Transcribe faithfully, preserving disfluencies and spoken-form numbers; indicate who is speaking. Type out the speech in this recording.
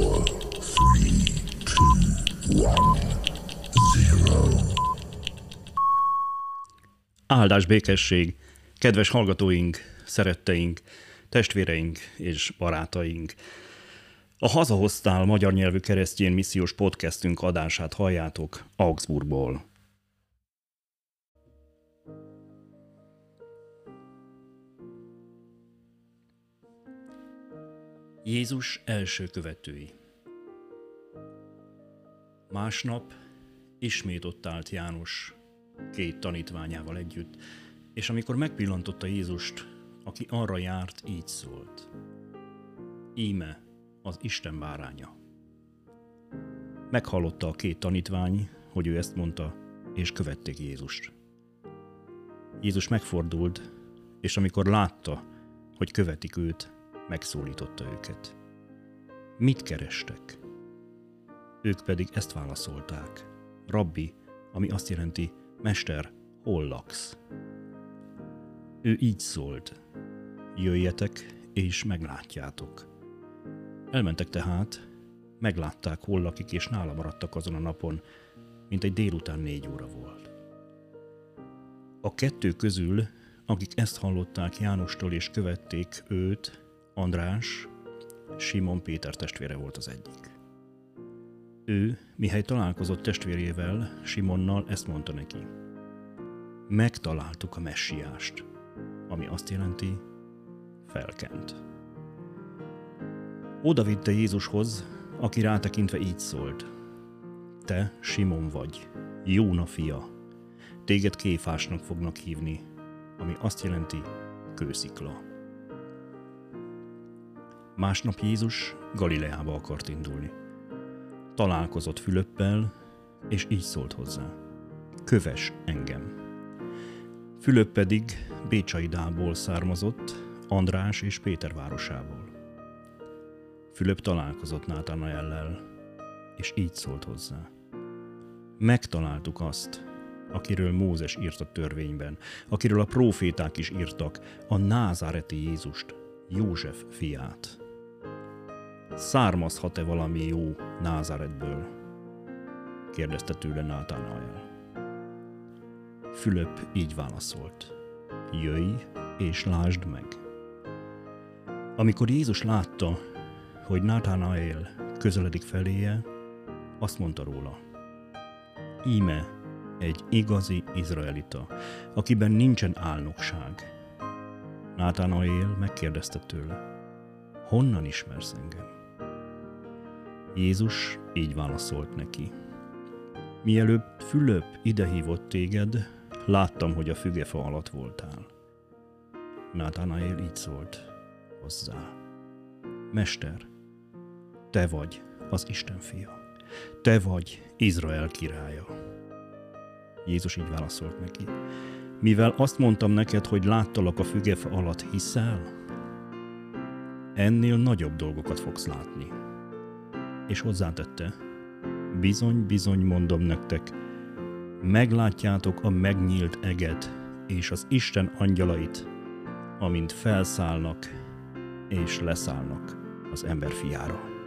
Speaker 1: four, three, two, one, zero.
Speaker 2: Áldás, békesség, kedves hallgatóink, szeretteink, testvéreink és barátaink! A Hazahoztál magyar nyelvű keresztény missziós podcastünk adását halljátok Augsburgból. Jézus első követői. Másnap ismét ott állt János két tanítványával együtt, és amikor megpillantotta Jézust, aki arra járt, így szólt: Íme az Isten báránya. Meghallotta a két tanítvány, hogy ő ezt mondta, és követték Jézust. Jézus megfordult, és amikor látta, hogy követik őt, megszólította őket. Mit kerestek? Ők pedig ezt válaszolták: Rabbi, ami azt jelenti: Mester, hol laksz? Ő így szólt: Jöjjetek, és meglátjátok. Elmentek tehát, meglátták, hol lakik, és nála maradtak azon a napon, mint egy délután négy óra volt. A kettő közül, akik ezt hallották Jánostól és követték őt, András, Simon Péter testvére volt az egyik. Ő, mihely találkozott testvérével, Simonnal, ezt mondta neki: Megtaláltuk a messiást, ami azt jelenti: felkent. Oda vitte Jézushoz, aki rátekintve így szólt: Te Simon vagy, Jóna fia, téged Kéfásnak fognak hívni, ami azt jelenti: kőszikla. Másnap Jézus Galileába akart indulni. Találkozott Fülöppel, és így szólt hozzá: Kövess engem. Fülöp pedig Bécsaidából származott, András és Péter városából. Fülöp találkozott Nátanaellel, és így szólt hozzá: Megtaláltuk azt, akiről Mózes írt a törvényben, akiről a próféták is írtak, a názáreti Jézust, József fiát. Származhat-e valami jó Názáretből? Kérdezte tőle Nátanael. Fülöp így válaszolt: Jöjj és lásd meg. Amikor Jézus látta, hogy Nátanael közeledik feléje, azt mondta róla: Íme egy igazi izraelita, akiben nincsen álnokság. Nátanael megkérdezte tőle: Honnan ismersz engem? Jézus így válaszolt neki: Mielőtt Fülöp idehívott téged, láttam, hogy a fügefa alatt voltál. Nátanael így szólt hozzá: Mester, te vagy az Isten fia, te vagy Izrael királya. Jézus így válaszolt neki: Mivel azt mondtam neked, hogy láttalak a fügefa alatt, hiszel? Ennél nagyobb dolgokat fogsz látni. És hozzátette: Bizony, bizony mondom nektek, meglátjátok a megnyílt eget és az Isten angyalait, amint felszállnak és leszállnak az ember fiára.